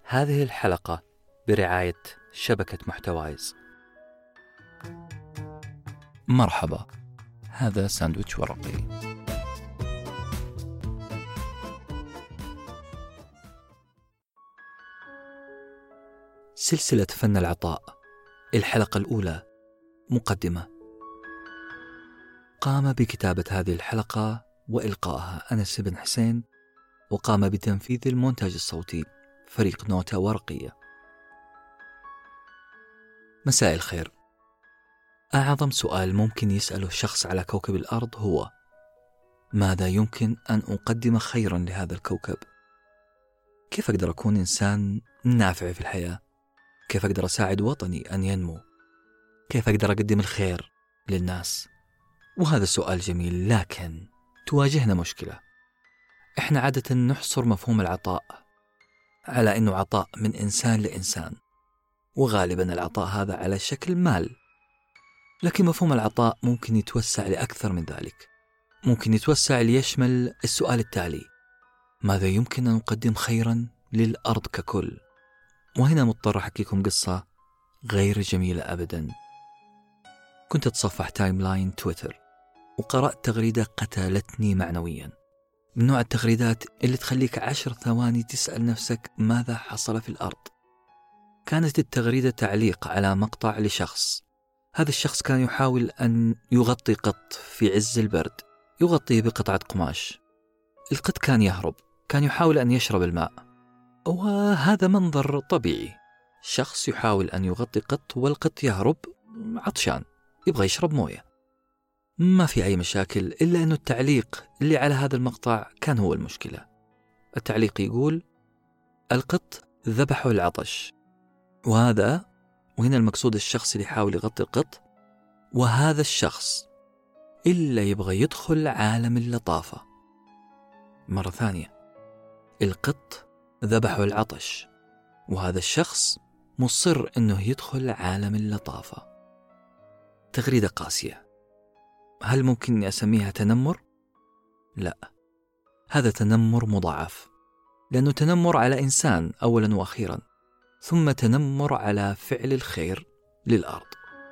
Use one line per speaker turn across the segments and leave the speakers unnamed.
هذه الحلقة برعاية شبكة محتوايز.
مرحبا، هذا ساندويتش ورقي.
سلسلة فن العطاء، الحلقة الأولى، مقدمة. قام بكتابة هذه الحلقة وإلقائها أنس بن حسين، وقام بتنفيذ المونتاج الصوتي فريق نوتة ورقية. مساء الخير. أعظم سؤال ممكن يسأله الشخص على كوكب الأرض هو: ماذا يمكن أن أقدم خيرا لهذا الكوكب؟ كيف أقدر أكون إنسان نافع في الحياة؟ كيف أقدر أساعد وطني أن ينمو؟ كيف أقدر أقدم الخير للناس؟ وهذا سؤال جميل، لكن تواجهنا مشكلة. إحنا عادة نحصر مفهوم العطاء على أنه عطاء من إنسان لإنسان، وغالبا العطاء هذا على شكل مال. لكن مفهوم العطاء ممكن يتوسع لأكثر من ذلك، ممكن يتوسع ليشمل السؤال التالي: ماذا يمكن أن أقدم خيرا للأرض ككل؟ وهنا مضطر أحكيكم قصة غير جميلة أبدا. كنت أتصفح تايم لاين تويتر وقرأت تغريدة قتلتني معنويا، من نوع التغريدات اللي تخليك 10 ثواني تسأل نفسك ماذا حصل في الأرض. كانت التغريدة تعليق على مقطع لشخص. هذا الشخص كان يحاول أن يغطي قط في عز البرد، يغطيه بقطعة قماش. القط كان يهرب، كان يحاول أن يشرب الماء، وهذا منظر طبيعي. شخص يحاول أن يغطي قط والقط يهرب عطشان، يبغى يشرب موية. ما في أي مشاكل، إلا أنه التعليق اللي على هذا المقطع كان هو المشكلة. التعليق يقول: القط ذبحه العطش. وهنا المقصود الشخص اللي يحاول يغطي القط، وهذا الشخص إلا يبغى يدخل عالم اللطافة. مرة ثانية: القط ذبحه العطش، وهذا الشخص مصر أنه يدخل عالم اللطافة. تغريدة قاسية. هل ممكن أني أسميها تنمر؟ لا، هذا تنمر مضاعف، لأنه تنمر على إنسان أولا وأخيرا، ثم تنمر على فعل الخير للأرض.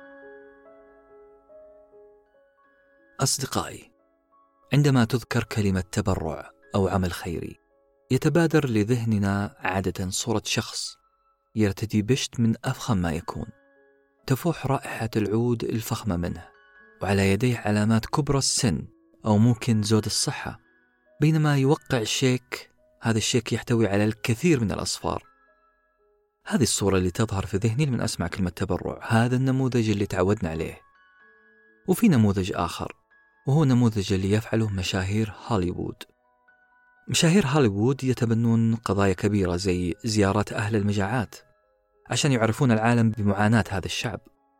أصدقائي، عندما تذكر كلمة تبرع أو عمل خيري، يتبادر لذهننا عادة صورة شخص يرتدي بشت من أفخم ما يكون، تفوح رائحة العود الفخمة منه، وعلى يديه علامات كبرى السن أو ممكن زود الصحة، بينما يوقع شيك. هذا الشيك يحتوي على الكثير من الأصفار. هذه الصورة اللي تظهر في ذهني لمن أسمع كلمة تبرع. هذا النموذج اللي تعودنا عليه. وفي نموذج آخر، وهو نموذج اللي يفعله مشاهير هوليوود. مشاهير هوليوود يتبنون قضايا كبيرة زي زيارات أهل المجاعات عشان يعرفون العالم بمعاناة هذا الشعب.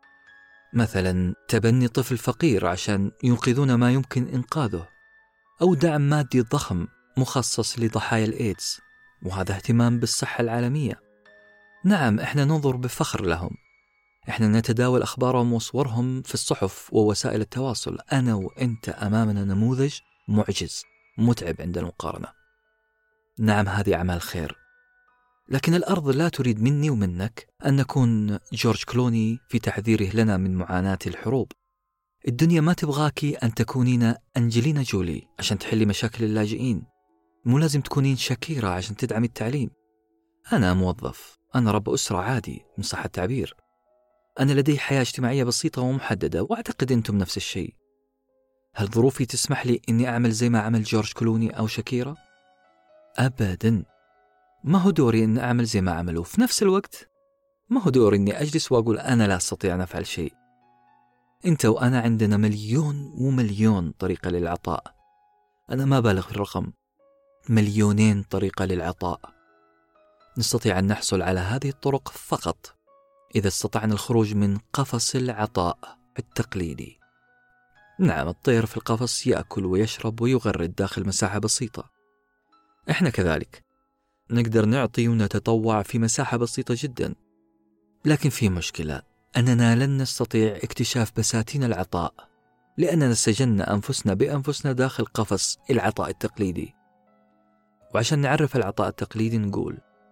مثلا تبني طفل فقير عشان ينقذون ما يمكن إنقاذه، أو دعم مادي ضخم مخصص لضحايا الإيدز، وهذا اهتمام بالصحة العالمية. نعم، إحنا ننظر بفخر لهم، إحنا نتداول أخبارهم وصورهم في الصحف ووسائل التواصل. أنا وإنت أمامنا نموذج معجز متعب عند المقارنة. نعم، هذه أعمال خير، لكن الأرض لا تريد مني ومنك أن نكون جورج كلوني في تحذيره لنا من معاناة الحروب. الدنيا ما تبغاكي أن تكونين أنجلينا جولي عشان تحلي مشاكل اللاجئين. مو لازم تكونين شاكيرا عشان تدعمي التعليم. أنا موظف، أنا رب أسرة عادي من صح التعبير، أنا لدي حياة اجتماعية بسيطة ومحددة، وأعتقد أنتم نفس الشيء. هل ظروفي تسمح لي أني أعمل زي ما عمل جورج كلوني أو شاكيرا؟ أبدا. ما هو دوري أن أعمل زي ما عملوا. في نفس الوقت ما هو دوري أني أجلس وأقول أنا لا أستطيع أن أفعل شيء. أنت وأنا عندنا مليون ومليون طريقة للعطاء. أنا ما بالغ في الرقم، 2,000,000 طريقة للعطاء. نستطيع أن نحصل على هذه الطرق فقط إذا استطعنا الخروج من قفص العطاء التقليدي. نعم، الطير في القفص يأكل ويشرب ويغرد داخل مساحة بسيطة. إحنا كذلك نقدر نعطي ونتطوع في مساحة بسيطة جدا، لكن في مشكلة، أننا لن نستطيع اكتشاف بساتين العطاء لأننا سجننا أنفسنا بأنفسنا داخل قفص العطاء التقليدي. وعشان نعرف العطاء التقليدي نقول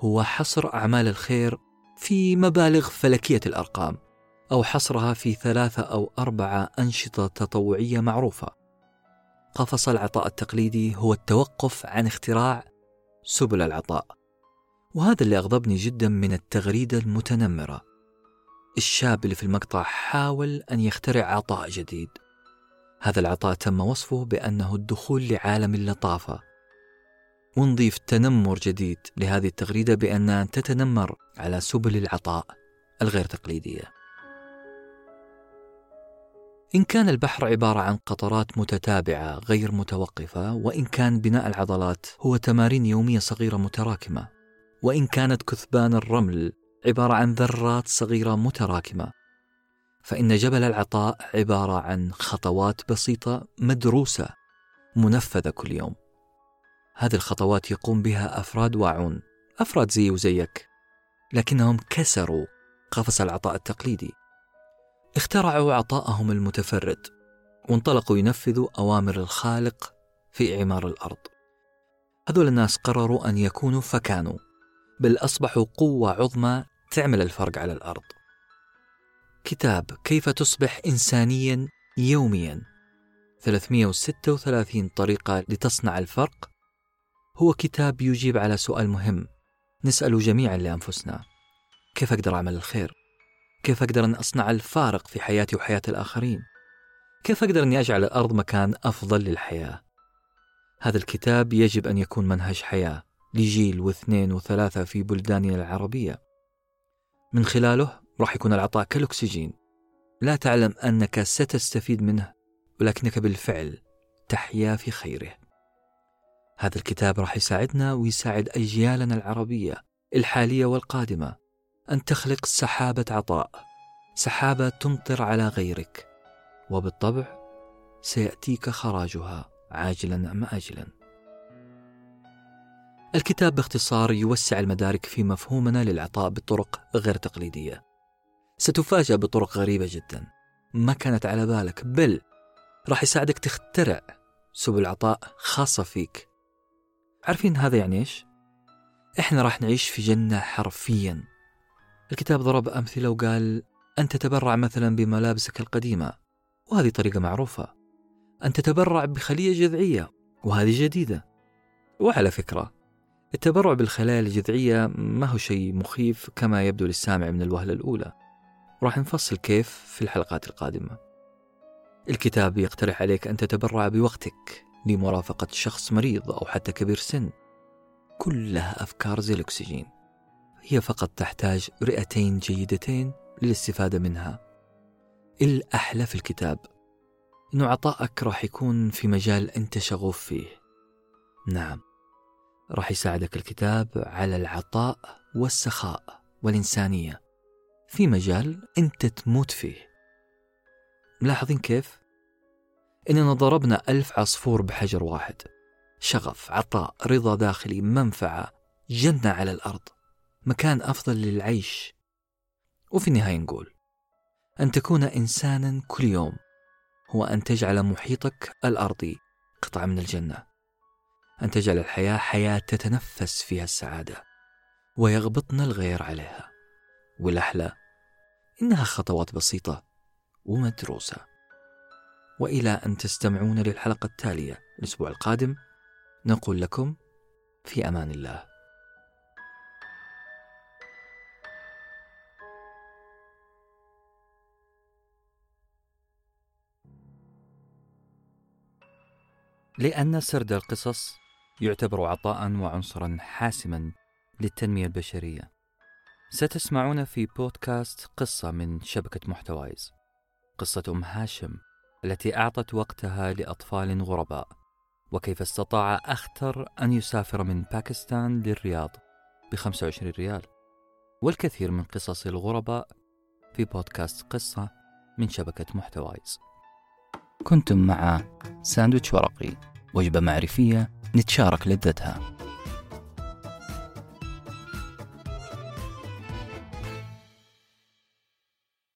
هو حصر أعمال الخير في مبالغ فلكية الأرقام، أو حصرها في 3 أو 4 أنشطة تطوعية معروفة. قفص العطاء التقليدي هو التوقف عن اختراع سبل العطاء، وهذا اللي أغضبني جدا من التغريدة المتنمرة. الشاب اللي في المقطع حاول أن يخترع عطاء جديد. هذا العطاء تم وصفه بأنه الدخول لعالم اللطافة، ونضيف تنمر جديد لهذه التغريدة بأنها تتنمر على سبل العطاء الغير تقليدية. إن كان البحر عبارة عن قطرات متتابعة غير متوقفة، وإن كان بناء العضلات هو تمارين يومية صغيرة متراكمة، وإن كانت كثبان الرمل عبارة عن ذرات صغيرة متراكمة، فإن جبل العطاء عبارة عن خطوات بسيطة مدروسة منفذة كل يوم. هذه الخطوات يقوم بها أفراد واعون، أفراد زي وزيك، لكنهم كسروا قفص العطاء التقليدي، اخترعوا عطاءهم المتفرد، وانطلقوا ينفذوا أوامر الخالق في إعمار الأرض. هذول الناس قرروا أن يكونوا فكانوا، بل أصبحوا قوة عظمى تعمل الفرق على الأرض. كتاب كيف تصبح إنسانيا يوميا 336 طريقة لتصنع الفرق هو كتاب يجيب على سؤال مهم نسأله جميعا لأنفسنا: كيف أقدر أعمل الخير؟ كيف أقدر أن أصنع الفارق في حياتي وحياة الآخرين؟ كيف أقدر أن أجعل الأرض مكان أفضل للحياة؟ هذا الكتاب يجب أن يكون منهج حياة لجيل و2 و3 في بلداننا العربية. من خلاله راح يكون العطاء كالأكسجين، لا تعلم أنك ستستفيد منه، ولكنك بالفعل تحيا في خيره. هذا الكتاب راح يساعدنا ويساعد أجيالنا العربية الحالية والقادمة أن تخلق سحابة عطاء، سحابة تمطر على غيرك، وبالطبع سيأتيك خراجها عاجلا أم آجلا. الكتاب باختصار يوسع المدارك في مفهومنا للعطاء بطرق غير تقليدية. ستفاجأ بطرق غريبة جدا ما كانت على بالك، بل راح يساعدك تخترع سبل عطاء خاصة فيك. عارفين هذا يعني إيش؟ إحنا راح نعيش في جنة حرفيا. الكتاب ضرب أمثلة وقال: أن تتبرع مثلا بملابسك القديمة، وهذه طريقة معروفة. أن تتبرع بخلية جذعية، وهذه جديدة. وعلى فكرة، التبرع بالخلايا الجذعية ما هو شيء مخيف كما يبدو للسامع من الوهلة الأولى، وراح نفصل كيف في الحلقات القادمة. الكتاب يقترح عليك أن تتبرع بوقتك لمرافقة شخص مريض أو حتى كبير سن. كلها أفكار زي الأكسجين، هي فقط تحتاج رئتين جيدتين للاستفادة منها. الأحلى في الكتاب إنه عطائك راح يكون في مجال أنت شغوف فيه. نعم، راح يساعدك الكتاب على العطاء والسخاء والإنسانية في مجال أنت تموت فيه. ملاحظين كيف؟ إننا ضربنا 1000 عصفور بحجر واحد: شغف، عطاء، رضا داخلي، منفعة، جنة على الأرض، مكان أفضل للعيش. وفي النهاية نقول: أن تكون إنسانا كل يوم هو أن تجعل محيطك الأرضي قطعة من الجنة، أن تجعل الحياة حياة تتنفس فيها السعادة ويغبطنا الغير عليها. والأحلى إنها خطوات بسيطة ومدروسة. وإلى أن تستمعون للحلقة التالية الأسبوع القادم، نقول لكم في أمان الله. لأن سرد القصص يعتبر عطاء وعنصرا حاسما للتنمية البشرية، ستسمعون في بودكاست قصة من شبكة محتوايز، قصة أم هاشم التي أعطت وقتها لأطفال غرباء، وكيف استطاع أختر أن يسافر من باكستان للرياض ب25 ريال، والكثير من قصص الغرباء في بودكاست قصة من شبكة محتوايز.
كنتم مع ساندويتش ورقي، وجبة معرفية نتشارك لذتها.